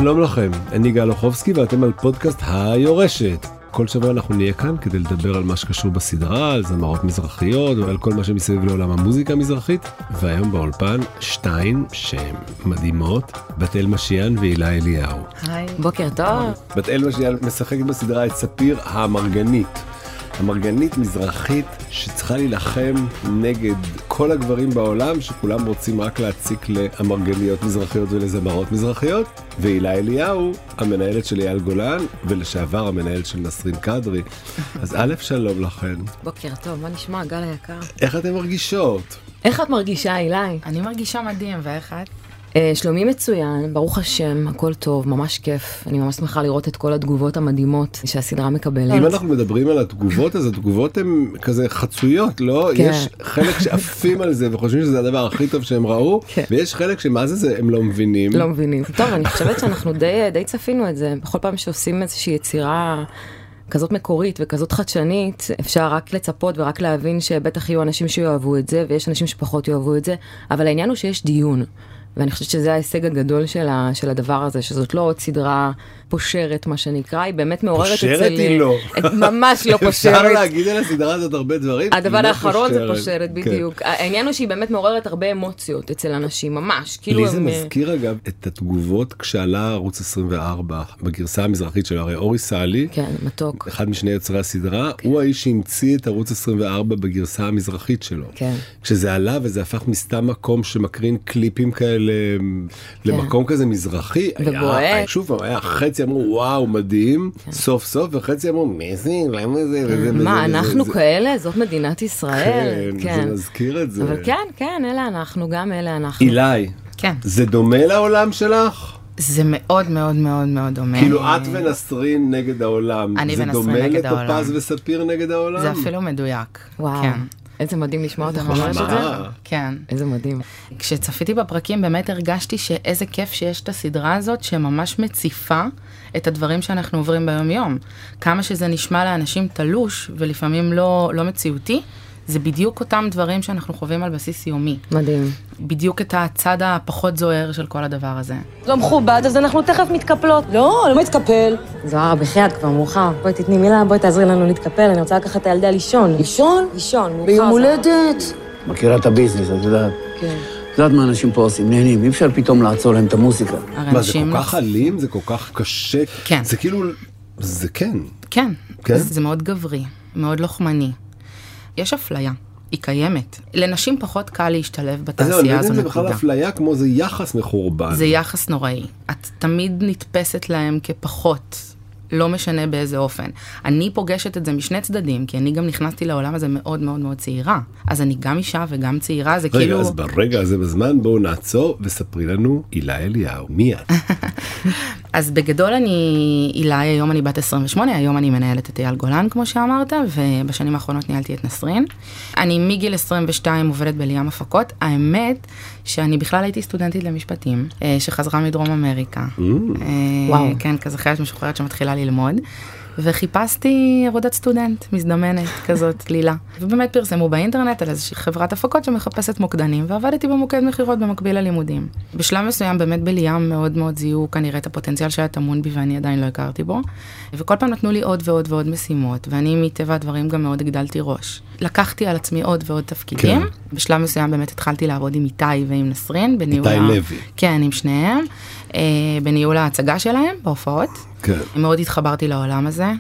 שלום לכם, אני גל אוחובסקי ואתם על פודקאסט היורשת. כל שבוע אנחנו נהיה כאן כדי לדבר על מה שקשור בסדרה, על זמרות מזרחיות ועל כל מה שמסביב לעולם המוזיקה המזרחית. והיום באולפן שתיים שהן מדהימות, בת אל משיאן והילה אליהו. היי. בוקר טוב. בת אל משיאן משחקת בסדרה את ספיר המרגנית. המרגנית מזרחית שצריכה להילחם נגד כל הגברים בעולם שכולם רוצים רק להציק לאמרגניות מזרחיות ולזמרות מזרחיות. והילה אליהו, המנהלת של אייל גולן ולשעבר המנהלת של נסרין קדרי. אז א', שלום לכן. בוקר טוב, מה נשמע גל היקר? איך אתן מרגישות? איך את מרגישה, הילה? אני מרגישה מדהים, ואיך את? שלומי מצוין, ברוך השם, הכל טוב, ממש כיף. אני ממש שמחה לראות את כל התגובות המדהימות שהסדרה מקבלת. אם אנחנו מדברים על התגובות, אז התגובות הן כזה חצויות, לא? כן. יש חלק שעפים על זה וחושבים שזה הדבר הכי טוב שהם ראו, כן. ויש חלק שמה זה הם לא מבינים. לא מבינים. טוב, אני חושבת שאנחנו די צפינו את זה. בכל פעם שעושים איזושהי יצירה כזאת מקורית וכזאת חדשנית, אפשר רק לצפות ורק להבין שבטח יהיו אנשים שיאהבו את זה, ויש אנשים שפחות יאהבו את זה, אבל העניין הוא שיש דיון. ואני חושבת שזה ההישג הגדול של הדבר הזה, שזאת לא עוד סדרה פושרת, מה שנקרא, היא באמת מעוררת אצל... פושרת היא לא. ממש לא פושרת. אפשר להגיד על הסדרה הזאת הרבה דברים. הדבר האחרון זה פושרת, בדיוק. העניין הוא שהיא באמת מעוררת הרבה אמוציות אצל אנשים, ממש. לי זה מזכיר אגב את התגובות כשעלה ערוץ 24, בגרסה המזרחית שלו, הרי אורי סאלי, כן, מתוק. אחד משני יוצרי הסדרה, הוא האיש שהמציא את ערוץ 24 בגרסה המזרחית שלו. כן. כשזה עלה וזה הפך מסתם מקום שמקרין קליפים כאלה למקום כזה מזרחי, ובועט. שוב, היה חצי אמרו וואו מדהים, סוף סוף, וחצי אמרו מי זה, למה זה, מה, אנחנו כאלה? זאת מדינת ישראל. כן, זה מזכיר את זה. אבל כן, אלה אנחנו, גם אלה אנחנו. אילי, כן. זה דומה לעולם שלך? זה מאוד מאוד מאוד מאוד דומה. כאילו את ונסרין נגד העולם. אני ונסרין נגד העולם. זה דומה לטופז וספיר נגד העולם? זה אפילו מדויק. וואו. כן. איזה מדהים לשמוע אותך ממש את זה. כן. איזה מדהים. כשצפיתי בפרקים באמת הרגשתי שאיזה כיף שיש את הסדרה הזאת שממש מציפה את הדברים שאנחנו עוברים ביום יום. כמה שזה נשמע לאנשים תלוש ולפעמים לא מציאותי, זה בדיוק אותם דברים שאנחנו חווים על בסיס יומי. מדהים. בדיוק את הצד הפחות זוהר של כל הדבר הזה. לא מכובד, אז אנחנו תכף מתקפלות. לא מתקפל. זוהרה, בחייאת, כבר מאוחר. בואי תתני מילה, בואי תעזרי לנו להתקפל, אני רוצה לקחת את הילדה לישון. לישון? לישון, מאוחר. ביום הולדת. מכירה את הביזנס, את יודעת. כן. את יודעת מה אנשים פה עושים, נהנים, אי אפשר פתאום לעצור להם את המוסיקה. מה, זה כל כך אלים? זה כל כך קשה? כן. זה כאילו, זה כן. כן. כן? זה מאוד גברי, מאוד לוחמני. יש אפליה, היא קיימת. לנשים פחות קל להשתלב בתעשייה הזו, נקודה. זה בכלל אפליה כמו זה יחס מחורבן. זה יחס נוראי. את תמיד נתפסת להם כפחות, לא משנה באיזה אופן. אני פוגשת את זה משני צדדים, כי אני גם נכנסתי לעולם הזה מאוד מאוד מאוד צעירה. אז אני גם אישה וגם צעירה, זה כאילו... רגע, אז ברגע הזה בזמן בואו נעצור וספרי לנו הילה אליהו. מי את? אז בגדול הילה, היום אני בת 28, היום אני מנהלת את אייל גולן, כמו שאמרת, ובשנים האחרונות ניהלתי את נסרין. אני מגיל 22 עובדת בליאם הפקות. האמת שאני בכלל הייתי סטודנטית למשפטים, שחזרה מדרום אמריקה. וואו. כן, כזה חיית משוחררת שמתחילה ללמוד. וחיפשתי עבודת סטודנט מזדמנת כזאת, לילה. ובאמת פרסמו באינטרנט על איזושהי חברת הפקות שמחפשת מוקדנים, ועבדתי במוקד מחירות במקביל ללימודים. בשלב מסוים באמת בליאם מאוד מאוד זיהו כנראה את הפוטנציאל שהיה טמון בי ואני עדיין לא הכרתי בו. וכל פעם נתנו לי עוד ועוד ועוד משימות, ואני מטבע הדברים גם מאוד הגדלתי ראש. לקחתי על עצמי עוד ועוד תפקידים. כן. בשלב מסוים באמת התחלתי לעבוד עם איתי ועם נסרין. איתי לוי. כן, עם שניהם. בניהול ההצגה שלהם, בהופעות. כן. מאוד התחברתי לעולם הזה.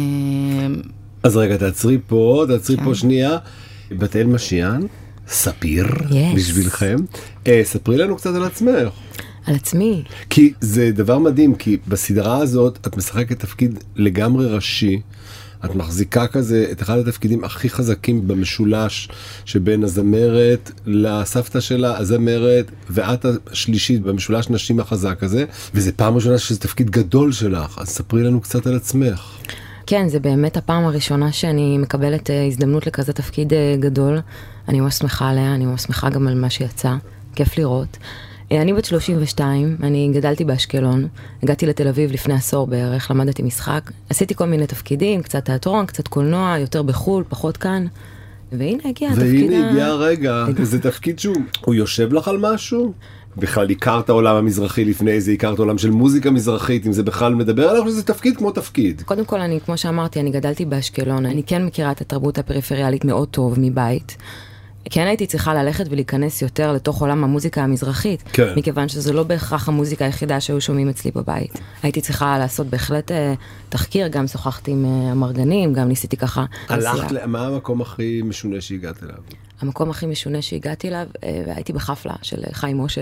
אז רגע, תעצרי פה שנייה. בת אל משיאן, ספיר, בשבילכם. ספרי לנו קצת על עצמך. על עצמי. כי זה דבר מדהים, כי בסדרה הזאת את משחקת תפקיד לגמרי ראשי. את מחזיקה כזה את אחד התפקידים הכי חזקים במשולש שבין הזמרת לסבתא שלה, הזמרת, ואת השלישית במשולש נשים החזק הזה, וזה פעם ראשונה שזה תפקיד גדול שלך, אז ספרי לנו קצת על עצמך. כן, זה באמת הפעם הראשונה שאני מקבלת הזדמנות לכזה תפקיד גדול. אני ממש שמחה עליה, אני ממש שמחה גם על מה שיצא, כיף לראות. אני בת 32, אני גדלתי באשקלון, הגעתי לתל אביב לפני עשור בערך, למדתי משחק, עשיתי כל מיני תפקידים, קצת תיאטרון, קצת קולנוע, יותר בחול, פחות כאן, והנה הגיע התפקיד. והנה הגיע הרגע, זה תפקיד שהוא יושב לך על משהו? בכלל הכרת העולם המזרחי לפני זה, הכרת עולם של מוזיקה מזרחית, אם זה בכלל מדבר עליו, שזה תפקיד כמו תפקיד. קודם כל, כמו שאמרתי, אני גדלתי באשקלון, אני כן מכירה את התרבות הפריפריאלית מאוד טוב מבית. כן הייתי צריכה ללכת ולהיכנס יותר לתוך עולם המוזיקה המזרחית, כן. מכיוון שזה לא בהכרח המוזיקה היחידה שהיו שומעים אצלי בבית. הייתי צריכה לעשות בהחלט תחקיר, גם שוחחתי עם המרגנים, גם ניסיתי ככה. מה המקום הכי משונה שהגעת אליו? המקום הכי משונה שהגעתי אליו, והייתי בחפלה של חיים משה.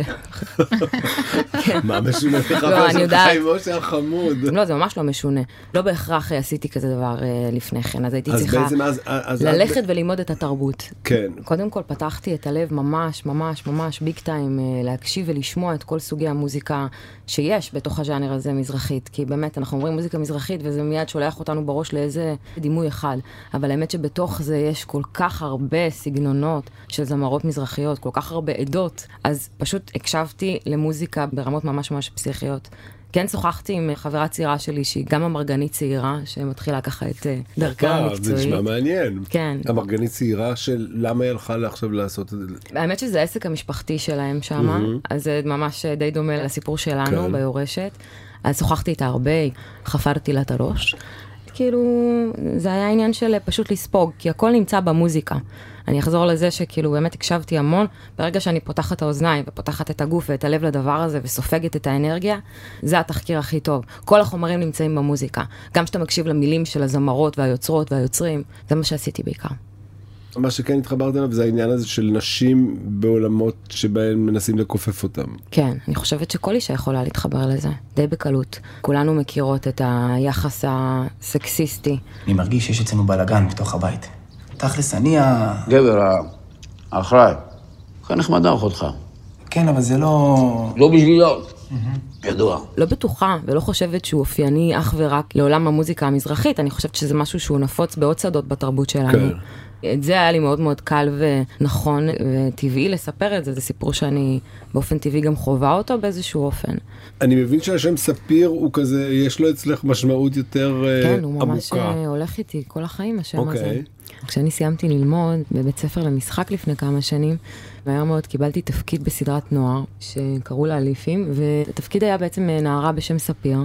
מה משונה בחפלה של חיים משה החמוד? לא, זה ממש לא משונה. לא בהכרח עשיתי כזה דבר לפני כן, אז הייתי צריכה ללכת וללמוד את התרבות. כן. קודם כל פתחתי את הלב ממש, ממש, ממש ביג טיים, להקשיב ולשמוע את כל סוגי המוזיקה שיש בתוך הז'אנר הזה מזרחית, כי באמת אנחנו אומרים מוזיקה מזרחית, וזה מיד שולח אותנו בראש לאיזה דימוי אחד, אבל האמת שבתוך זה יש כל כך הרבה סגנונות של זמרות מזרחיות, כל כך הרבה עדות, אז פשוט הקשבתי למוזיקה ברמות ממש ממש פסיכיות. כן שוחחתי עם חברה צעירה שלי, שהיא גם המרגנית צעירה, שמתחילה ככה את דרכה המקצועית. זה נשמע מעניין. כן. המרגנית צעירה של למה היא הלכה עכשיו לעשות את זה? האמת שזה העסק המשפחתי שלהם שמה, אז זה ממש די דומה לסיפור שלנו ביורשת. אז שוחחתי איתה הרבה, חפרתי לה את הראש. כאילו, זה היה עניין של פשוט לספוג, כי הכל נמצא במוזיקה. אני אחזור לזה שכאילו באמת הקשבתי המון, ברגע שאני פותחת את האוזניים ופותחת את הגוף ואת הלב לדבר הזה וסופגת את האנרגיה, זה התחקיר הכי טוב. כל החומרים נמצאים במוזיקה. גם שאתה מקשיב למילים של הזמרות והיוצרות והיוצרים, זה מה שעשיתי בעיקר. מה שכן התחברת אליו זה העניין הזה של נשים בעולמות שבהן מנסים לקופף אותם. כן, אני חושבת שכל אישה יכולה להתחבר לזה, די בקלות. כולנו מכירות את היחס הסקסיסטי. אני מרגיש שיש אצלנו בלגן בתוך הבית. תכלס, אני גבר האחראי. כאן נחמד לערוך אותך. כן, אבל זה לא... לא בשבילו. ידוע. לא בטוחה ולא חושבת שהוא אופייני אך ורק לעולם המוזיקה המזרחית. אני חושבת שזה משהו שהוא נפוץ בעוד צדות בתרבות שלנו. כן. את זה היה לי מאוד מאוד קל ונכון וטבעי לספר את זה. זה סיפור שאני באופן טבעי גם חובה אותו באיזשהו אופן. אני מבין שהשם ספיר הוא כזה, יש לו אצלך משמעות יותר עמוקה. כן, הוא ממש הולך איתי כל החיים השם הזה. כשאני סיימתי ללמוד בבית ספר למשחק לפני כמה שנים, מהר מאוד קיבלתי תפקיד בסדרת נוער שקראו לה אליפים, והתפקיד היה בעצם נערה בשם ספיר,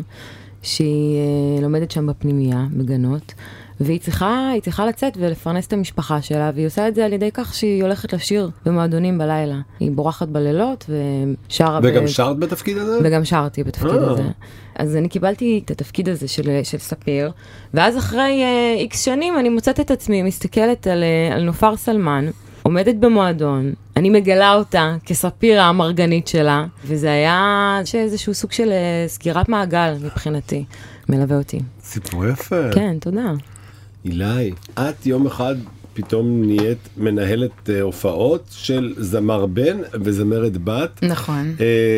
שהיא לומדת שם בפנימייה, בגנות, והיא צריכה לצאת ולפרנס את המשפחה שלה, והיא עושה את זה על ידי כך שהיא הולכת לשיר במועדונים בלילה. היא בורחת בלילות ושרה... וגם שרת בתפקיד הזה? וגם שרתי בתפקיד הזה. אז אני קיבלתי את התפקיד הזה של ספיר, ואז אחרי איקס שנים אני מוצאת את עצמי, מסתכלת על נופר סלמן, עומדת במועדון, אני מגלה אותה כספיר המרגנית שלה, וזה היה איזשהו סוג של סגירת מעגל מבחינתי, מלווה אותי. סיפור יפה. כן, תודה. אילי, את יום אחד פתאום נהיית מנהלת הופעות של זמר בן וזמרת בת. נכון.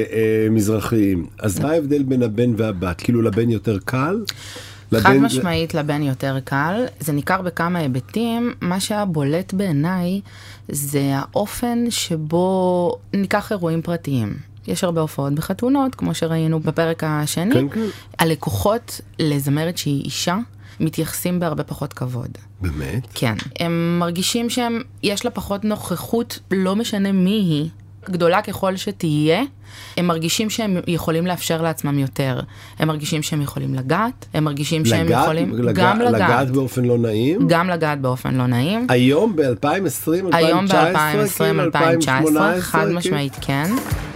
מזרחיים. אז מה ההבדל בין הבן והבת? כאילו לבן יותר קל? חד משמעית לבן יותר קל. זה ניכר בכמה היבטים. מה שהיה בולט בעיניי זה האופן שבו ניקח אירועים פרטיים. יש הרבה הופעות בחתונות, כמו שראינו בפרק השני. כן, כן. הלקוחות לזמרת שהיא אישה, מתייחסים בהרבה פחות כבוד. באמת? כן. הם מרגישים שיש לה פחות נוכחות, לא משנה מי היא, גדולה ככל שתהיה, הם מרגישים שהם יכולים לאפשר לעצמם יותר. הם מרגישים שהם יכולים לגעת, הם מרגישים שהם יכולים גם לגעת. לגעת באופן לא נעים? גם לגעת באופן לא נעים. היום ב-2020, 2019? היום ב-2020, 2019, חד משמעית כן.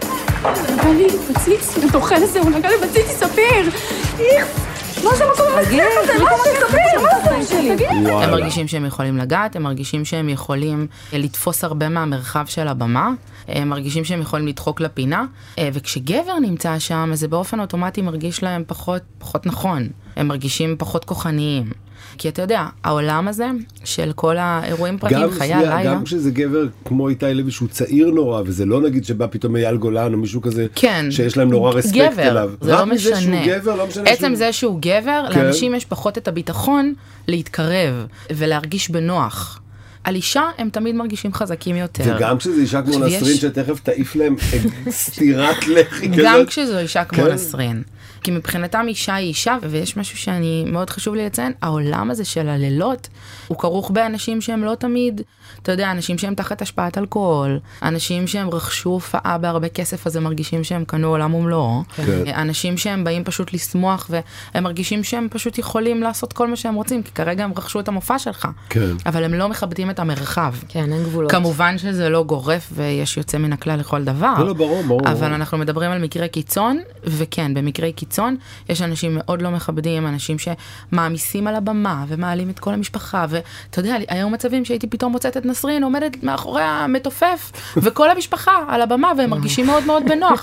נגע לי בציץ, התוכל הזה, הוא נגע לי בציץ, ספיר! מה זה מקום מצליח הזה? מה זה ספיר? מה זה שלי? הם מרגישים שהם יכולים לגעת, הם מרגישים שהם יכולים לתפוס הרבה מהמרחב של הבמה, הם מרגישים שהם יכולים לדחוק לפינה, וכשגבר נמצא שם, זה באופן אוטומטי מרגיש להם פחות נכון. הם מרגישים פחות כוחניים. כי אתה יודע, העולם הזה של כל האירועים פרטיים, חיי הלילה... גם כשזה גבר כמו איתי לוי שהוא צעיר נורא, וזה לא נגיד שבא פתאום אייל גולן או מישהו כזה, כן, שיש להם נורא רספקט אליו. זה לא משנה. רק מזה שהוא גבר, לא משנה עצם זה שהוא גבר, לאנשים יש פחות את הביטחון להתקרב ולהרגיש בנוח. על אישה הם תמיד מרגישים חזקים יותר. וגם כשזו אישה כמו נסרין שתכף תעיף להם סטירת לחי כזאת. גם כשזו אישה כמו נסרין. כי מבחינתם אישה היא אישה, ויש משהו שאני מאוד חשוב לי לציין, העולם הזה של הלילות, הוא כרוך באנשים שהם לא תמיד, אתה יודע, אנשים שהם תחת השפעת אלכוהול, אנשים שהם רכשו הופעה בהרבה כסף, אז הם מרגישים שהם קנו עולם ומלואו, אנשים שהם באים פשוט לשמוח, והם מרגישים שהם פשוט יכולים לעשות כל מה שהם רוצים, כי כרגע הם רכשו את המופע שלך, אבל הם לא מכבדים את המרחב. כן, אין גבולות. כמובן שזה לא גורף, ויש יוצא מן הכלל לכל דבר. לא, ברור. אבל אנחנו מדברים על מקרה קיצון, וכן, במקרה קיצון, יש אנשים מאוד לא מכבדים, אנשים שמעמיסים על הבמה, ומעלים את כל המשפחה, ואתה יודע, היום מצבים שהייתי פתאום מוצאת את נסרין, עומדת מאחורי המתופף, וכל המשפחה על הבמה, והם מרגישים מאוד מאוד בנוח.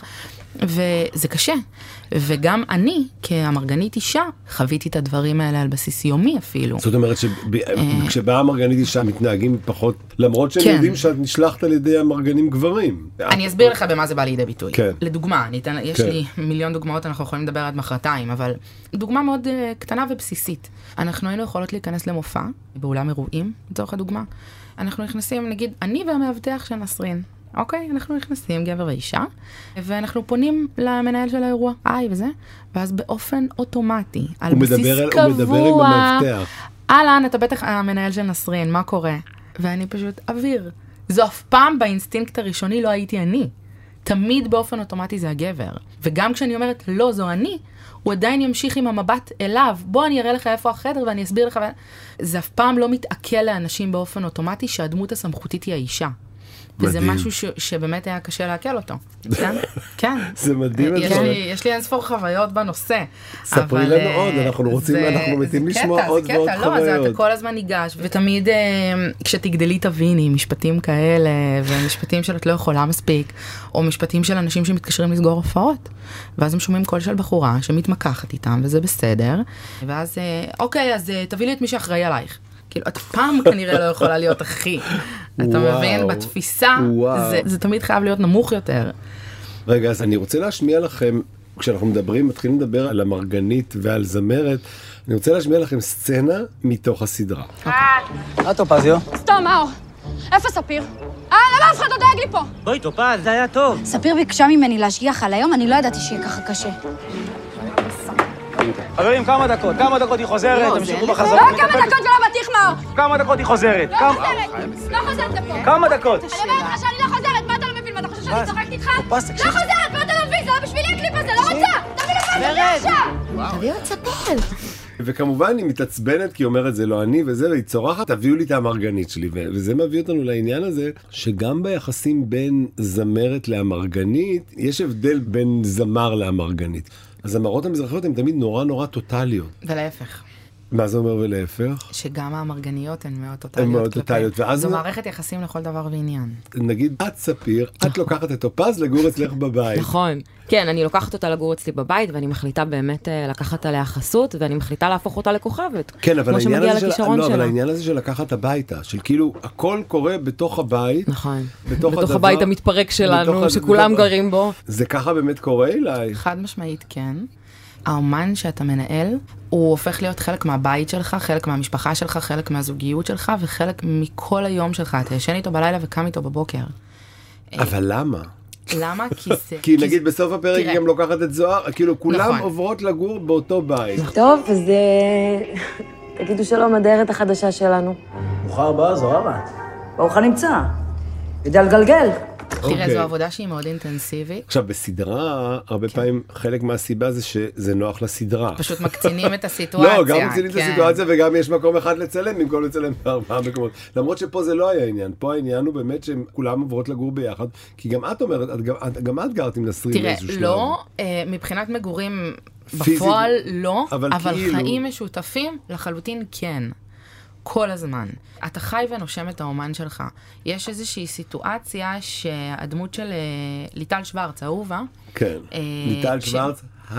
וזה קשה. וגם אני, כהמרגנית אישה, חוויתי את הדברים האלה על בסיס יומי אפילו. זאת אומרת שכשבאה המרגנית אישה מתנהגים פחות, למרות שהם יודעים שאת נשלחת על ידי המרגנים גברים. אני אסביר לך במה זה בא לידי ביטוי. לדוגמה, יש לי מיליון דוגמאות, אנחנו יכולים לדבר עד מחרתיים, אבל דוגמה מאוד קטנה ובסיסית. אנחנו היינו יכולות להיכנס למופע, באולם אירועים, לצורך הדוגמה. אנחנו נכנסים, נגיד, אני והמאבטח של נסרין. אוקיי, אנחנו נכנסים, גבר ואישה, ואנחנו פונים למנהל של האירוע, וזה, ואז באופן אוטומטי, על בסיס קבוע, הוא מדבר עם המאבטח. אהלן, אתה בטח המנהל של נסרין, מה קורה? ואני פשוט אוויר. זו אף פעם באינסטינקט הראשוני לא הייתי אני. תמיד באופן אוטומטי זה הגבר. וגם כשאני אומרת, לא, זו אני, הוא עדיין ימשיך עם המבט אליו, בוא אני אראה לך איפה החדר ואני אסביר לך. זה אף פעם לא מתעכל לאנשים באופן אוטומטי שהדמות הסמכותית היא האישה. וזה משהו שבאמת היה קשה להקל אותו. כן? כן. זה מדהים. יש לי אינספור חוויות בנושא. ספרי לנו עוד, אנחנו מתים לשמוע עוד ועוד חוויות. אתה כל הזמן ניגש, ותמיד כשתגדלי תביני משפטים כאלה, ומשפטים שאת לא יכולה מספיק, או משפטים של אנשים שמתקשרים לסגור הופעות, ואז הם שומעים קול של בחורה שמתמקחת איתם, וזה בסדר, ואז, אוקיי, אז תביא לי את מי שאחראי עלייך. כאילו, את פעם כנראה לא יכולה להיות אחי. אתה מבין? בתפיסה, זה תמיד חייב להיות נמוך יותר. רגע, אז אני רוצה להשמיע לכם, כשאנחנו מתחילים לדבר על המרגנית ועל זמרת, אני רוצה להשמיע לכם סצנה מתוך הסדרה. מה טופזיו? סתום, מאור. איפה ספיר? למה אף אחד לא דאג לי פה? בואי, טופז, זה היה טוב. ספיר ביקשה ממני להשגיח על היום, אני לא ידעתי שיהיה ככה קשה. חברים, כמה דקות היא חוזרת, תמשיכו בחזרה. לא, כמה דקות ולא בטיח, מאור. כמה דקות היא חוזרת. לא חוזרת לפה. כמה דקות? אני אומרת לך שאני לא חוזרת, מה אתה לא מבין? מה אתה חושב שאני צוחקת איתך? לא חוזרת, מה אתה לא מבין? זה לא בשבילי הקליפ הזה, לא רוצה. תביא לך עכשיו. תביא עוד ספל. וכמובן היא מתעצבנת כי היא אומרת זה לא אני וזה, והיא צורחת, תביאו לי את המרגנית שלי, וזה מביא אותנו לעניין הזה שגם ביחסים בין זמרת לאמרגנית יש הבדל בין זמר לאמרגנית. הזמרות המזרחיות הן תמיד נורא טוטליות. ולהפך. מה זה אומר ולהפך? שגם המרגניות הן מאוד טוטליות. הן מאוד טוטליות. זו מערכת יחסים לכל דבר ועניין. נגיד, את ספיר, את לוקחת את טופז לגור אצלך בבית. נכון. כן, אני לוקחת אותה לגור אצלי בבית, ואני מחליטה באמת לקחת עליה חסות, ואני מחליטה להפוך אותה לכוכבת. כן, אבל העניין הזה של לקחת הביתה, של כאילו, הכל קורה בתוך הבית. נכון. בתוך הבית המתפרק שלנו, שכולם גרים בו. זה ככה באמת קורה אליי? חד משמעית, כן. האומן שאתה מנהל, הוא הופך להיות חלק מהבית שלך, חלק מהמשפחה שלך, חלק מהזוגיות שלך, וחלק מכל היום שלך. אתה ישן איתו בלילה וקם איתו בבוקר. אבל למה? למה? כי נגיד בסוף הפרק גם לוקחת את זוהר, כאילו כולם עוברות לגור באותו בית. טוב, אז תגידו שלום הדיירת החדשה שלנו. ברוכה הבאה, זוהרה. ברוך הנמצא. יודע לגלגל. תראה, זו עבודה שהיא מאוד אינטנסיבית. עכשיו, בסדרה, הרבה פעמים חלק מהסיבה זה שזה נוח לסדרה. פשוט מקצינים את הסיטואציה. לא, גם מקצינים את הסיטואציה וגם יש מקום אחד לצלם, במקום לצלם בארבעה מקומות. למרות שפה זה לא היה העניין. פה העניין הוא באמת שכולם עוברות לגור ביחד, כי גם את אומרת, גם את גרת עם נסרין באיזשהו שלב. תראה, לא, מבחינת מגורים בפועל לא, אבל חיים משותפים לחלוטין כן. כל הזמן. אתה חי ונושם את האומן שלך. יש איזושהי סיטואציה שהדמות של ליטל שוורץ, אהובה. כן. ליטל שוורץ,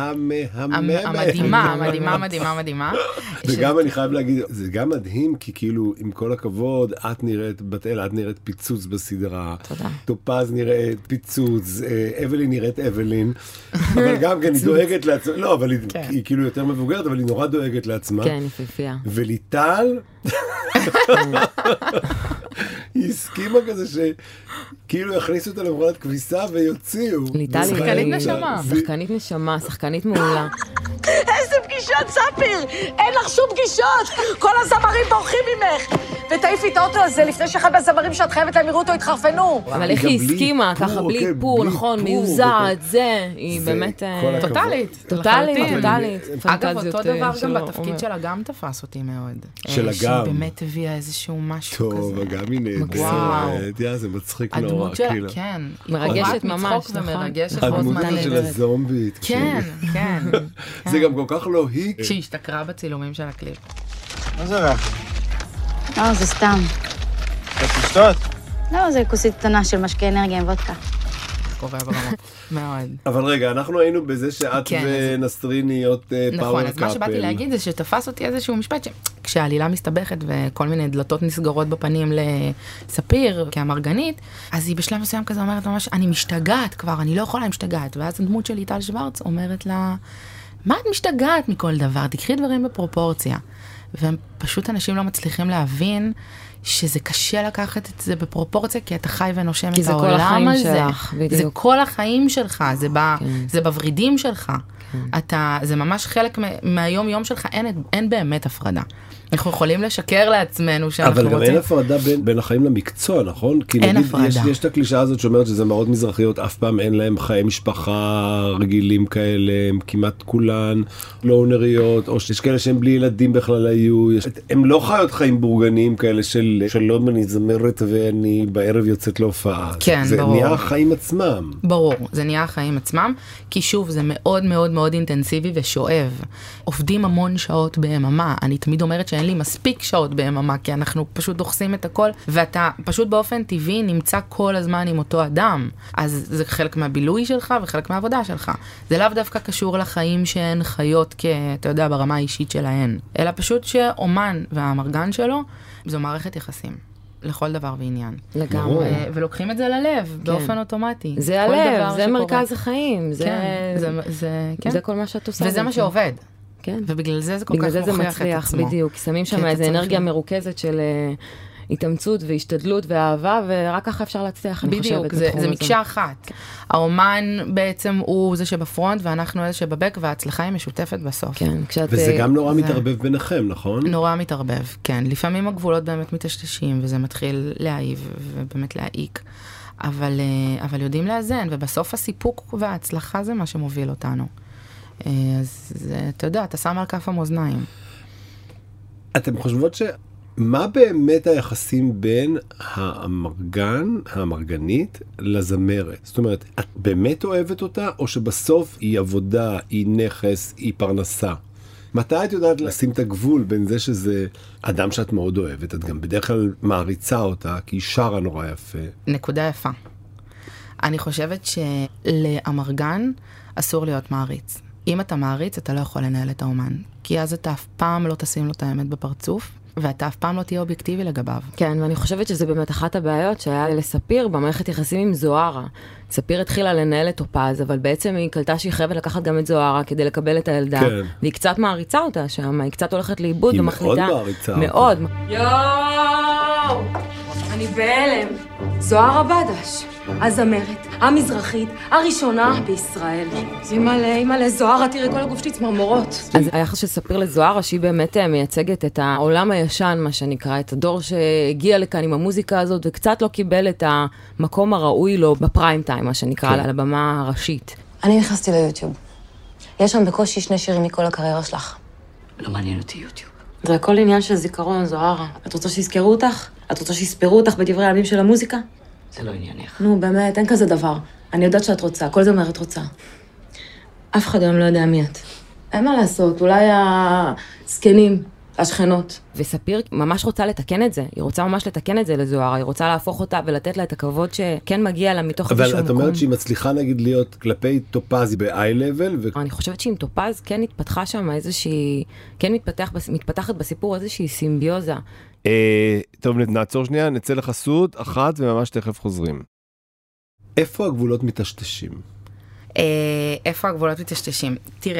המדהימה. וגם אני חייב להגיד, זה גם מדהים, כי כאילו, עם כל הכבוד, את נראית בת-אל, את נראית פיצוץ בסדרה. תודה. טופז נראית פיצוץ, אבלין נראית אבלין. אבל גם כן, היא דואגת לעצמה. לא, אבל היא כאילו יותר מבוגרת, אבל היא נורא דואגת לעצמה. כן, היא פיפייה. וליטל... היא הסכימה כזה שכאילו יכניסו אותה למכונת כביסה ויוציאו. ליטלי, שחקנית נשמה. שחקנית נשמה, שחקנית מעולה. איזה פגישות, ספיר! אין לך שום פגישות! כל הזמרים בורחים ממך! ותעיפי את האוטו הזה לפני שאחד מהזמרים שאת חייבת להם יראו אותו התחרפנו. אבל איך היא הסכימה, ככה בלי איפור, נכון, מיוזעת, זה, היא באמת... טוטלית. טוטלית. אגב, אותו דבר גם בתפקיד שלה גם תפס אותי מאוד. של שהיא אגם. באמת הביאה איזשהו משהו כזה. טוב, אגם היא נהדרת. זה מצחיק נורא. הדמות שלה, כן. מרגשת ממש, נכון. ומרגשת הדמות בו זמן. של הזומבית. כן, כן. זה גם כל כך לא היא. כשהיא השתכרה בצילומים של הקליפ. מה זה רך? לא, זה סתם. אתה תשתות? לא, זה כוסית קטנה של משקה אנרגיה עם וודקה. קובע ברמות. מאוד. אבל רגע, אנחנו היינו בזה שאת ונסרין נהיות פאוור קאפל. נכון, אז מה שבאתי להגיד זה שתפס אותי איזשהו משפט כשהעלילה מסתבכת וכל מיני דלתות נסגרות בפנים לספיר כמרגנית, אז היא בשלב מסוים כזה אומרת ממש, אני משתגעת כבר, אני לא יכולה, אני משתגעת. ואז הדמות של ליטל שוורץ אומרת לה, מה את משתגעת מכל דבר? תקחי דברים בפרופורציה. והם פשוט אנשים לא מצליחים להבין שזה קשה לקחת את זה בפרופורציה, כי אתה חי ונושם את העולם הזה. שלך, זה כל החיים שלך, זה בוורידים שלך. זה ממש חלק מהיום-יום שלך, אין באמת הפרדה. אנחנו יכולים לשקר לעצמנו שאנחנו רוצים... אבל גם אין הפרדה בין החיים למקצוע, נכון? אין הפרדה. יש את הקלישה הזאת שאומרת שזה מראות מזרחיות, אף פעם אין להם חיי משפחה רגילים כאלה, הם כמעט כולן לא אונריות, או שיש כאלה שהם בלי ילדים בכלל היו, הם לא חיות חיים בורגניים כאלה של לא אני זמרת ואני בערב יוצאת להופעה. כן, זה ברור. זה נהיה החיים עצמם. ברור, זה נהיה החיים עצמם, כי שוב, זה מאוד מאוד מאוד אינטנסיבי ושואב. עובדים המון שעות ביממה, אני תמיד אומרת שאין לי מספיק שעות ביממה, כי אנחנו פשוט דוחסים את הכל, ואתה פשוט באופן טבעי נמצא כל הזמן עם אותו אדם. אז זה חלק מהבילוי שלך וחלק מהעבודה שלך. זה לאו דווקא קשור לחיים שהן חיות אתה יודע, ברמה האישית שלהן. אלא פשוט שאומן והמרגן שלו, זו מערכת יחסים. לכל דבר ועניין. לגמרי. ולוקחים את זה ללב, באופן אוטומטי. זה הלב, זה מרכז החיים. זה כל מה שאת עושה. וזה מה שעובד. כן. ובגלל זה זה כל כך מוכיח את עצמו. בדיוק, שמים שם איזו אנרגיה מרוכזת של התאמצות והשתדלות ואהבה, ורק ככה אפשר להצליח, אני חושבת. בדיוק, זה מקשה אחת. האומן בעצם הוא זה שבפרונט, ואנחנו אלה שבבק, וההצלחה היא משותפת בסוף. כן, וזה גם נורא מתערבב ביניכם, נכון? נורא מתערבב, כן. לפעמים הגבולות באמת מתשתשים, וזה מתחיל להעיב, ובאמת להעיק. אבל יודעים לאזן, ובסוף הסיפוק וההצלחה זה מה שמוביל אותנו. אז אתה יודע, אתה שם על כף המאזניים. אתם חושבות מה באמת היחסים בין המרגנית לזמרת? זאת אומרת, את באמת אוהבת אותה, או שבסוף היא עבודה, היא נכס, היא פרנסה? מתי את יודעת לשים את הגבול בין זה שזה אדם שאת מאוד אוהבת, את גם בדרך כלל מעריצה אותה, כי היא שרה נורא יפה. נקודה יפה. אני חושבת שלאמרגן אסור להיות מעריץ. אם אתה מעריץ, אתה לא יכול לנהל את האומן. כי אז אתה אף פעם לא תשים לו את האמת בפרצוף, ואתה אף פעם לא תהיה אובייקטיבי לגביו. כן, ואני חושבת שזה באמת אחת הבעיות שהיה לספיר במערכת יחסים עם זוהרה. ספיר התחילה לנהל את טופז, אבל בעצם היא קלטה שהיא חייבת לקחת גם את זוהרה כדי לקבל את הילדה. כן. והיא קצת מעריצה אותה שם, היא קצת הולכת לאיבוד ומחליטה. היא מאוד מעריצה מאוד. אותה. יואו! אני בהלם. זוהרה בדש, הזמרת, המזרחית, הראשונה בישראל. אימא'לה, זוהרה, תראי כל הגוף שלי צמרמורות. אז היחס של ספיר לזוהרה, שהיא באמת מייצגת את העולם הישן, מה שנקרא, את הדור שהגיע לכאן עם המוזיקה הזאת, וקצת לא קיבל את המקום הראוי לו בפריים טיים, מה שנקרא, על הבמה הראשית. אני נכנסתי ליוטיוב. יש שם בקושי 2 שירים מכל הקריירה שלך. לא מעניין אותי יוטיוב. זה הכל עניין של זיכרון, זוהרה. את רוצה שיזכרו אותך? את רוצה שיספרו אותך בדברי הימים של המוזיקה? זה לא עניינך. נו, באמת, אין כזה דבר. אני יודעת שאת רוצה, כל זמרת רוצה. אף אחד היום לא יודע מי את. אין מה לעשות, אולי הזקנים, השכנות. וספיר ממש רוצה לתקן את זה. היא רוצה ממש לתקן את זה לזוהרה. היא רוצה להפוך אותה ולתת לה את הכבוד שכן מגיע לה מתוך איזשהו מקום. אבל את אומרת שהיא מצליחה נגיד להיות כלפי טופז ב-I-level. אני חושבת שעם טופז כן התפתחה שם איזושהי, כן מתפתחת בסיפור איזושהי סימביוזה. טוב, נעצור שנייה, נצא לחסות אחת וממש תכף חוזרים. איפה הגבולות מטשטשים? איפה הגבולות מטשטשים? תראה,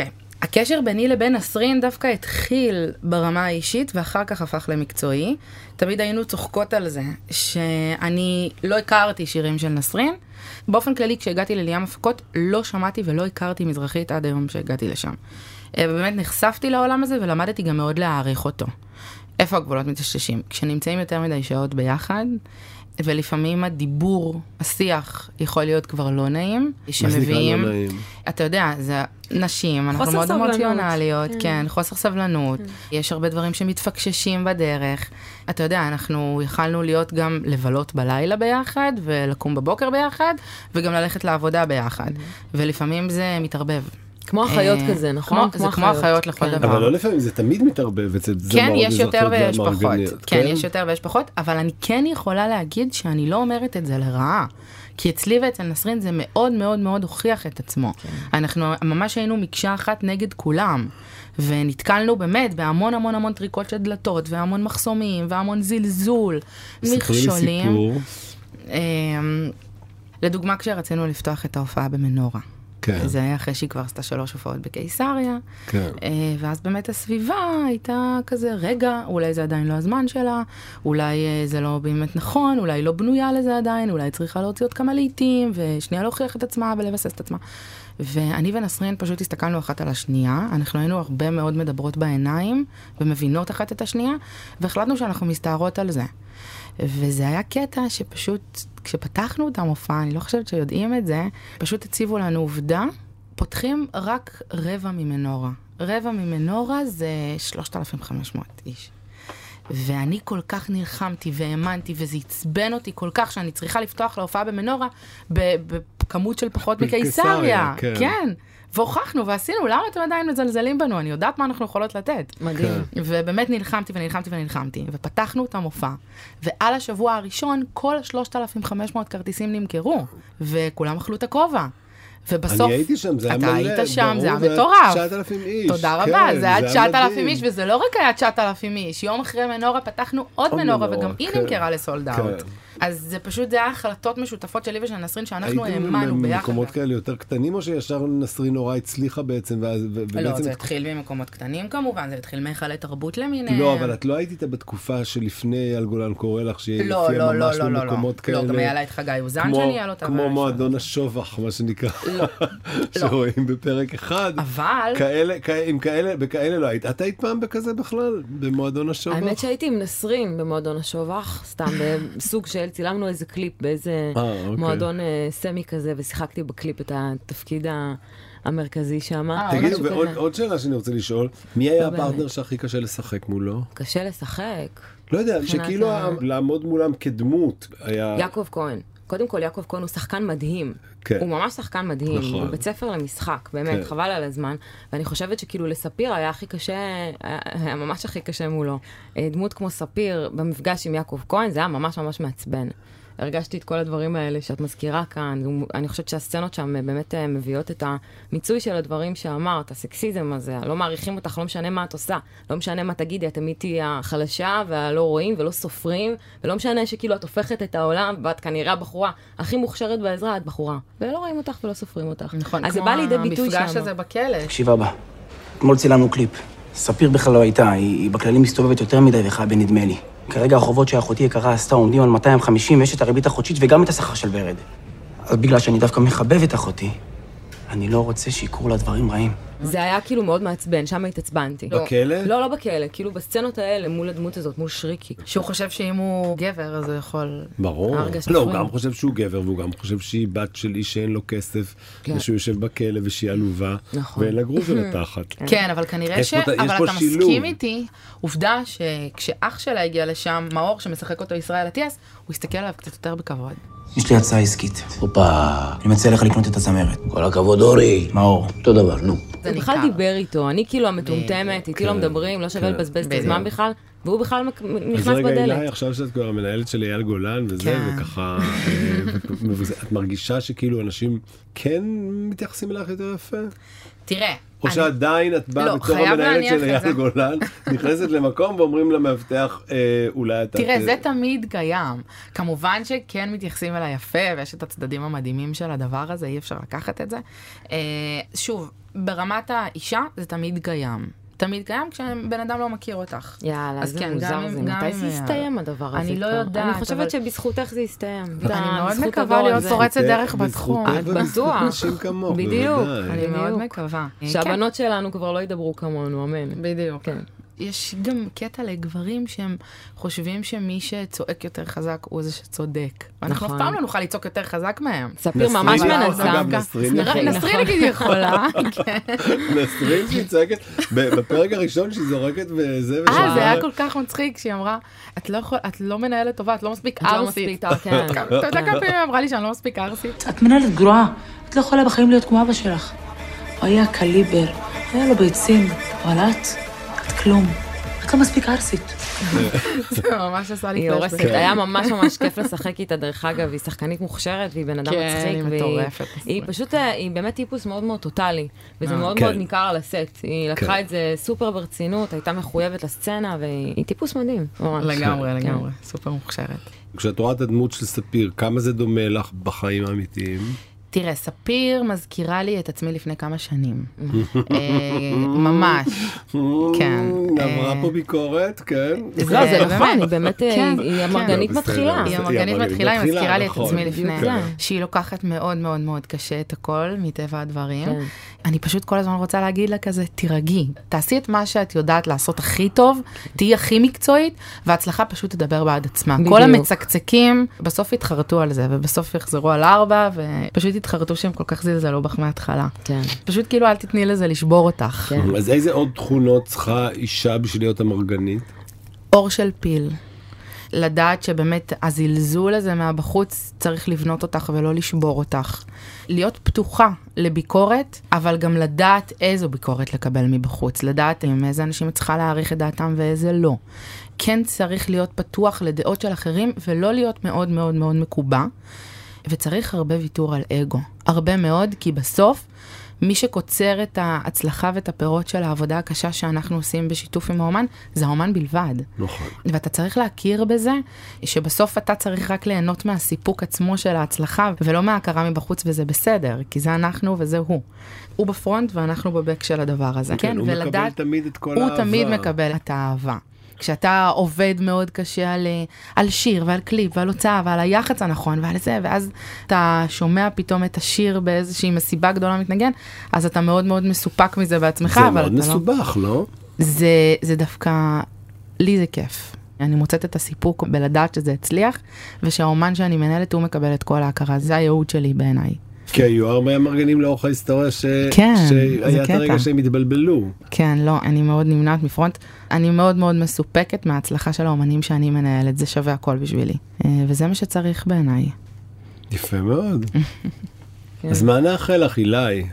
הקשר ביני לבין נסרין דווקא התחיל ברמה האישית, ואחר כך הפך למקצועי. תמיד היינו צוחקות על זה, שאני לא הכרתי שירים של נסרין. באופן כללי, כשהגעתי לליאם הפקות, לא שמעתי ולא הכרתי מזרחית עד היום שהגעתי לשם. ובאמת נחשפתי לעולם הזה, ולמדתי גם מאוד להעריך אותו. איפה הגבולות מטשטשים? כשנמצאים יותר מדי שעות ביחד, ולפעמים הדיבור, השיח, יכול להיות כבר לא נעים. שמביאים, לא נעים? אתה יודע, זה נשים, אנחנו מאוד אמוציונליות, כן, חוסר סבלנות. יש הרבה דברים שמתפקששים בדרך. אתה יודע, אנחנו יכלנו להיות גם לבלות בלילה ביחד, ולקום בבוקר ביחד, וגם ללכת לעבודה ביחד. ולפעמים זה מתערבב. כמו אחיות כזה, נכון? זה כמו אחיות לכל דבר. אבל לא לפעמים, זה תמיד מתערבב. כן, יש יותר ויש פחות. כן, יש יותר ויש פחות, אבל אני כן יכולה להגיד שאני לא אומרת את זה לרעה. כי אצלי ואצל נסרין זה מאוד מאוד מאוד הוכיח את עצמו. אנחנו ממש היינו מקשה אחת נגד כולם. ונתקלנו באמת בהמון המון המון טריקות של דלתות, והמון מחסומים, והמון זלזול, מכשולים. לדוגמה, כשרצינו לפתוח את ההופעה במנורה. כן. זה היה אחרי שהיא כבר עשתה 3 הופעות בקיסריה. כן. ואז באמת הסביבה הייתה כזה, רגע, אולי זה עדיין לא הזמן שלה, אולי זה לא באמת נכון, אולי לא בנויה לזה עדיין, אולי צריכה להוציא עוד כמה לעיתים, ושנייה להוכיח את עצמה ולבסס את עצמה. ואני ונסרין פשוט הסתכלנו אחת על השנייה, אנחנו היינו הרבה מאוד מדברות בעיניים, ומבינות אחת את השנייה, והחלטנו שאנחנו מסתערות על זה. וזה היה קטע שפשוט, כשפתחנו את המופע, אני לא חושבת שיודעים את זה, פשוט הציבו לנו עובדה, פותחים רק רבע ממנורה. רבע ממנורה זה 3,500 איש. ואני כל כך נלחמתי והאמנתי, וזה הצבן אותי כל כך, שאני צריכה לפתוח להופעה במנורה, בכמות של פחות מקיסריה. כן. והוכחנו ועשינו, למה אתם עדיין מזלזלים בנו? אני יודעת מה אנחנו יכולות לתת. מדהים. ובאמת נלחמתי, ופתחנו את המופע, ועל השבוע הראשון, כל 3,500 כרטיסים נמכרו, וכולם אכלו את הכובע. ובסוף, אני הייתי שם, זה היה מלא, אתה היית שם, זה היה מטורף. 9,000 איש. תודה רבה, זה היה 9,000 איש, וזה לא רק היה 9,000 איש. יום אחרי מנורה פתחנו עוד מנורה, וגם היא נמכרה לסולד אאוט. אז זה פשוט, זה היה החלטות משותפות שלי ושל נסרין, שאנחנו האמנו ביחד. הייתם במקומות כאלה יותר קטנים, או שישר נסרין נורא הצליחה בעצם? לא, זה התחיל במקומות קטנים כמובן, זה התחיל מהיכלי תרבות למיניהם. לא, אבל את לא היית איתה בתקופה שלפני אייל גולן קורא לך, שהיא הופיעה ממש במקומות כאלה. לא, גם היה לה את חגי אוזן שאני היה לו את כמו מועדון השובח, מה שנקרא. שרואים בפרק אחד. אבל... בכאלה לא היית. את היית פעם בכזה בכלל? במועדון השובח? האמת שהייתי עם נסרין במועדון השובח, סתם בסוג של צילמנו איזה קליפ באיזה מועדון סמי כזה, ושיחקתי בקליפ את התפקיד המרכזי שם. תגידו, ועוד שאלה שאני רוצה לשאול, מי היה הפרטנר שהכי קשה לשחק מולו? קשה לשחק? לא יודע, שכאילו לעמוד מולם כדמות היה... יעקב כהן. קודם כל, יעקב כהן הוא שחקן מדהים. כן. הוא ממש שחקן מדהים. נכון. הוא בית ספר למשחק, באמת, כן. חבל על הזמן. ואני חושבת שכאילו לספיר היה הכי קשה, היה ממש הכי קשה מולו. דמות כמו ספיר במפגש עם יעקב כהן, זה היה ממש ממש מעצבן. הרגשתי את כל הדברים האלה שאת מזכירה כאן. אני חושבת שהסצנות שם באמת מביאות את המיצוי של הדברים שאמרת, הסקסיזם הזה, לא מעריכים אותך, לא משנה מה את עושה, לא משנה מה תגידי, את תמיד תהיי החלשה והלא רואים ולא סופרים, ולא משנה שכאילו את הופכת את העולם, ואת כנראה הבחורה הכי מוכשרת בעזרה, את בחורה, ולא רואים אותך ולא סופרים אותך. נכון, אז זה בא לידי ביטוי שם. המפגש הזה בכלא. תקשיב אבא, אתמול צילמנו קליפ. ספיר בכלל לא הייתה, היא בכללים מסתובבת יותר מדי וחיה בנדמה לי. כרגע החובות שאחותי יקרה עשתה עומדים על 250, יש את הריבית החודשית וגם את השכר של ורד. אז בגלל שאני דווקא מחבב את אחותי, אני לא רוצה שיקרו לה דברים רעים. זה היה כאילו מאוד מעצבן, שם התעצבנתי. בכלא? לא בכלא, כאילו בסצנות האלה, מול הדמות הזאת, מול שריקי. שהוא חושב שאם הוא גבר, אז הוא יכול... ברור. לא, הוא גם חושב שהוא גבר, והוא גם חושב שהיא בת של איש שאין לו כסף, ושהוא יושב בכלא ושהיא עלובה, ואין לה גרוז על התחת. כן, אבל כנראה אבל אתה מסכים איתי, עובדה שכשאח שלה הגיע לשם, מאור שמשחק אותו ישראל אטיאס, הוא הסתכל עליו קצת יותר בכבוד. יש לי הצעה עסקית. הופה. אני מציע לך לקנות את הזמרת. כל הכבוד, אורי. מאור. אותו דבר, נו. זה בכלל דיבר איתו, אני כאילו המטומטמת, איתי לא מדברים, לא שווה לבזבז את הזמן בכלל, והוא בכלל נכנס בדלת. אז רגע, אילי, עכשיו שאת כבר המנהלת של אייל גולן וזה, וככה, את מרגישה שכאילו אנשים כן מתייחסים אליך יותר יפה? תראה, או שעדיין את באה בתור המנהלת של אייל גולן, נכנסת למקום ואומרים למאבטח, אולי אתה... תראה, זה תמיד קיים. כמובן שכן מתייחסים אליי יפה, ויש את הצדדים המדהימים של הדבר הזה, אי אפשר לקחת את זה. שוב, ברמת האישה זה תמיד קיים. תמיד קיים כשבן אדם לא מכיר אותך. יאללה, זה מוזר זה. מתי זה יסתיים הדבר הזה? אני לא יודעת. אני חושבת שבזכותך זה יסתיים. אני מאוד מקווה להיות פורצת דרך בתחום. את בטוח. נשים כמוך. בדיוק. אני מאוד מקווה. שהבנות שלנו כבר לא ידברו כמונו, אמן. בדיוק. יש גם קטע לגברים שהם חושבים שמי שצועק יותר חזק הוא זה שצודק. אנחנו אף פעם לא נוכל לצעוק יותר חזק מהם. ספיר ממש מנסה. אגב, נסרין נגיד יכולה. נסרין שהיא צועקת, בפרק הראשון שהיא זורקת וזה ושעה. זה היה כל כך מצחיק שהיא אמרה, את לא מנהלת טובה, את לא מספיק ארסית. אתה יודע כמה פעמים אמרה לי שאני לא מספיק ארסית? את מנהלת גרועה, את לא יכולה בחיים להיות כמו אבא שלך. הוא היה קליבר, היה לו ביצים, אבל את כלום. את לא מספיק ארסית. זה ממש עשה לי היא הורסת. היה ממש ממש כיף לשחק איתה, דרך אגב, היא שחקנית מוכשרת, והיא בן אדם מצחיק. כן, היא מטורפת. היא פשוט, היא באמת טיפוס מאוד מאוד טוטלי, וזה מאוד מאוד ניכר על הסט. היא לקחה את זה סופר ברצינות, הייתה מחויבת לסצנה, והיא טיפוס מדהים. לגמרי, סופר מוכשרת. כשאת רואה את הדמות של ספיר, כמה זה דומה לך בחיים האמיתיים? תראה, ספיר מזכירה לי את עצמי לפני כמה שנים. ממש. כן. נעברה פה ביקורת, כן. לא, זה נכון, היא באמת, היא המרגנית מתחילה. היא המרגנית מתחילה, היא מזכירה לי את עצמי לפני. שהיא לוקחת מאוד מאוד מאוד קשה את הכל, מטבע הדברים. אני פשוט כל הזמן רוצה להגיד לה כזה, תירגעי. תעשי את מה שאת יודעת לעשות הכי טוב, תהיי הכי מקצועית, וההצלחה פשוט תדבר בעד עצמה. כל המצקצקים, בסוף יתחרטו על זה, ובסוף יחזרו על 4, ופשוט התחרטו שהם כל כך זלזלו בך מההתחלה. כן. פשוט כאילו אל תתני לזה לשבור אותך. כן. אז איזה עוד תכונות צריכה אישה בשביל להיות המרגנית? אור של פיל. לדעת שבאמת הזלזול הזה מהבחוץ צריך לבנות אותך ולא לשבור אותך. להיות פתוחה לביקורת, אבל גם לדעת איזו ביקורת לקבל מבחוץ. לדעת עם איזה אנשים צריכה להעריך את דעתם ואיזה לא. כן צריך להיות פתוח לדעות של אחרים ולא להיות מאוד מאוד מאוד מקובע. וצריך הרבה ויתור על אגו. הרבה מאוד, כי בסוף, מי שקוצר את ההצלחה ואת הפירות של העבודה הקשה שאנחנו עושים בשיתוף עם האומן, זה האומן בלבד. נכון. ואתה צריך להכיר בזה, שבסוף אתה צריך רק ליהנות מהסיפוק עצמו של ההצלחה, ולא מההכרה מבחוץ, וזה בסדר, כי זה אנחנו וזה הוא. הוא בפרונט ואנחנו בבק של הדבר הזה. כן, הוא מקבל תמיד את כל האהבה. הוא תמיד מקבל את האהבה. כשאתה עובד מאוד קשה על שיר ועל קליפ ועל הוצאה ועל היחץ הנכון ועל זה, ואז אתה שומע פתאום את השיר באיזושהי מסיבה גדולה מתנגן, אז אתה מאוד מאוד מסופק מזה בעצמך. זה מאוד מסובך, לא? זה דווקא, לי זה כיף. אני מוצאת את הסיפוק בלדעת שזה הצליח, ושהאומן שאני מנהלת הוא מקבל את כל ההכרה. זה הייעוד שלי בעיניי. כי היו הרבה מרגנים לאורך ההיסטוריה שהיה את הרגע שהם התבלבלו. כן, לא, אני מאוד נמנעת מפרונט. אני מאוד מאוד מסופקת מההצלחה של האומנים שאני מנהלת. זה שווה הכל בשבילי. וזה מה שצריך בעיניי. יפה מאוד. אז מה נאחל לך, אילי?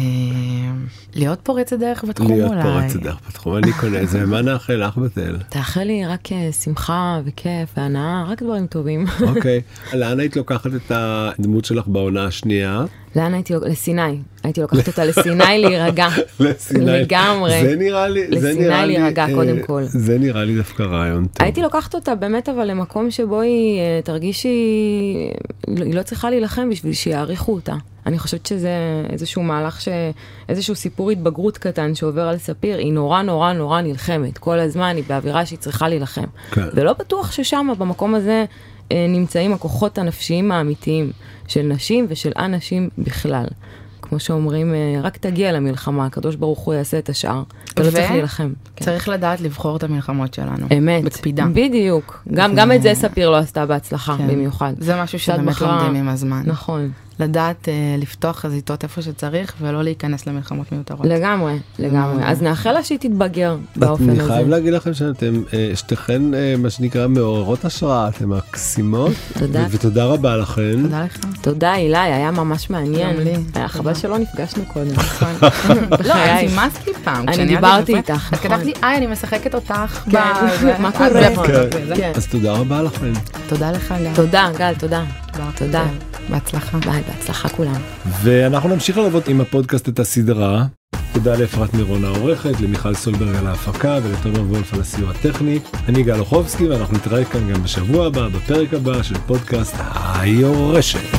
להיות פורצת דרך בתחום אולי. להיות פורצת דרך בתחום, אני קונה את זה. מה נאחל לך בתל? תאחל לי רק שמחה וכיף והנאה, רק דברים טובים. אוקיי. לאן היית לוקחת את הדמות שלך בעונה השנייה? לאן הייתי? לסיני. הייתי לוקחת אותה לסיני להירגע. לסיני. לגמרי. זה נראה לי... לסיני להירגע קודם כל. זה נראה לי דווקא רעיון טוב. הייתי לוקחת אותה באמת אבל למקום שבו היא תרגיש שהיא לא צריכה להילחם בשביל שיעריכו אותה. אני חושבת שזה איזשהו מהלך איזשהו סיפור התבגרות קטן שעובר על ספיר, היא נורא נורא נורא נלחמת. כל הזמן היא באווירה שהיא צריכה להילחם. כן. ולא בטוח ששם, במקום הזה, נמצאים הכוחות הנפשיים האמיתיים של נשים ושל אנשים בכלל. כמו שאומרים, רק תגיע למלחמה, הקדוש ברוך הוא יעשה את השאר. אתה לא צריך להילחם. צריך לדעת לבחור את המלחמות שלנו. אמת. בקפידה. בדיוק. גם את זה ספיר לא עשתה בהצלחה, במיוחד. זה משהו שבאמת לומדים עם הזמן. נכון. לדעת לפתוח חזיתות איפה שצריך, ולא להיכנס למלחמות מיותרות. לגמרי, לגמרי. אז נאחל לה שהיא תתבגר באופן הזה. אני חייב להגיד לכם שאתם שתיכן, מה שנקרא, מעוררות השראה, אתם מקסימות. תודה. ותודה רבה לכם. תודה לך. תודה, אילי, היה ממש מעניין. גם לי. היה חבל שלא נפגשנו קודם. לא, את סימסת לי פעם. אני דיברתי איתך. את כתבת לי, אני משחקת אותך. מה קורה? אז תודה רבה לכם. תודה לך, גל. תודה, גל, תודה. תודה. בהצלחה. ביי, בהצלחה כולם. ואנחנו נמשיך ללוות עם הפודקאסט את הסדרה תודה לאפרת מירון העורכת, למיכל סולברג על ההפקה ולתומר וולף על הסיוע הטכני. אני גל אוחובסקי ואנחנו נתראה כאן גם בשבוע הבא, בפרק הבא של פודקאסט היורשת.